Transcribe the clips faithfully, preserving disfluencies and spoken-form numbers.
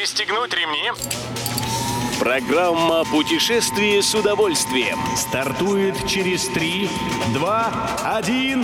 Пристегнуть ремни. Программа «Путешествие с удовольствием» стартует через три, два, один.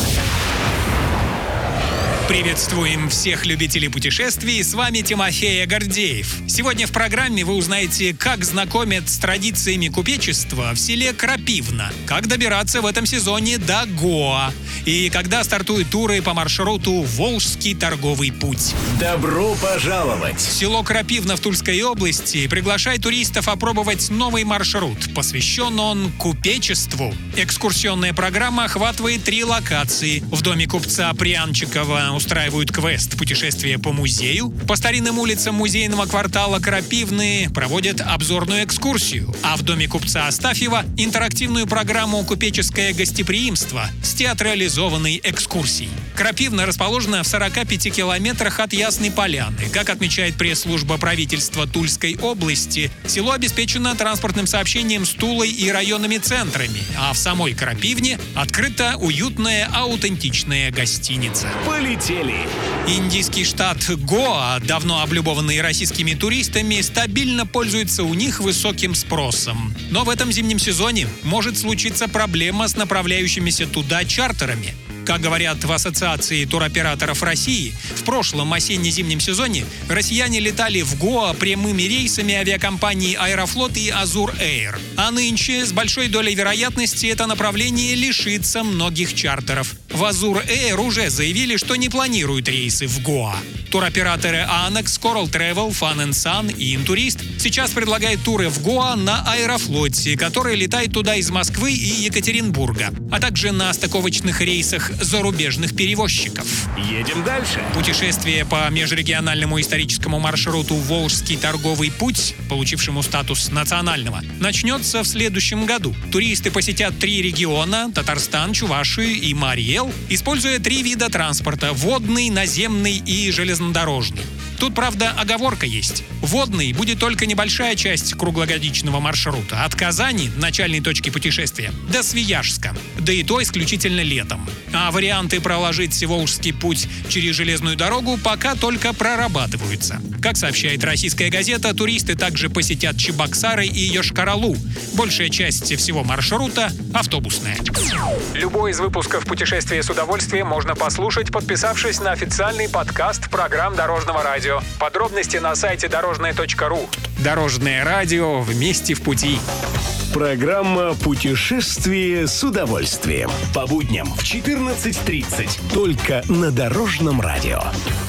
Приветствуем всех любителей путешествий, с вами Тимофей Гордеев. Сегодня в программе вы узнаете, как знакомят с традициями купечества в селе Крапивна, как добираться в этом сезоне до Гоа и когда стартуют туры по маршруту «Волжский торговый путь». Добро пожаловать! Село Крапивна в Тульской области приглашает туристов опробовать новый маршрут. Посвящен он купечеству. Экскурсионная программа охватывает три локации. В доме купца Прянчикова устраивают квест «Путешествие по музею». По старинным улицам музейного квартала Крапивны проводят обзорную экскурсию. А в доме купца Астафьева интерактивную программу «Купеческое гостеприимство» с театрализованной экскурсией. Крапивна расположена в сорока пяти километрах от Ясной Поляны. Как отмечает пресс-служба правительства Тульской области, село обеспечено транспортным сообщением с Тулой и районными центрами, а в самой Крапивне открыта уютная аутентичная гостиница. Полетели! Индийский штат Гоа, давно облюбованный российскими туристами, стабильно пользуется у них высоким спросом. Но в этом зимнем сезоне может случиться проблема с направляющимися туда чартерами. Как говорят в Ассоциации туроператоров России, в прошлом осенне-зимнем сезоне россияне летали в Гоа прямыми рейсами авиакомпаний «Аэрофлот» и «Азур Эйр». А нынче с большой долей вероятности это направление лишится многих чартеров. В «Азур Эйр» уже заявили, что не планируют рейсы в Гоа. Туроператоры Anex, Coral Travel, Fun and Sun и Интурист сейчас предлагают туры в Гоа на «Аэрофлоте», который летает туда из Москвы и Екатеринбурга, а также на стыковочных рейсах зарубежных перевозчиков. Едем дальше. Путешествие по межрегиональному историческому маршруту «Волжский торговый путь», получившему статус национального, начнется в следующем году. Туристы посетят три региона – Татарстан, Чувашию и Марий-Эл, используя три вида транспорта – водный, наземный и железнодорожный. Тут, правда, оговорка есть. Водный будет только небольшая часть круглогодичного маршрута. От Казани, начальной точки путешествия, до Свияжска. Да и то исключительно летом. А варианты проложить Волжский путь через железную дорогу пока только прорабатываются. Как сообщает российская газета, туристы также посетят Чебоксары и Йошкар-Олу. Большая часть всего маршрута автобусная. Любой из выпусков «Путешествия с удовольствием» можно послушать, подписавшись на официальный подкаст программ Дорожного радио. Подробности на сайте дорожное точка ру. Дорожное радио, вместе в пути. Программа «Путешествие с удовольствием». По будням в четырнадцать тридцать. Только на Дорожном радио.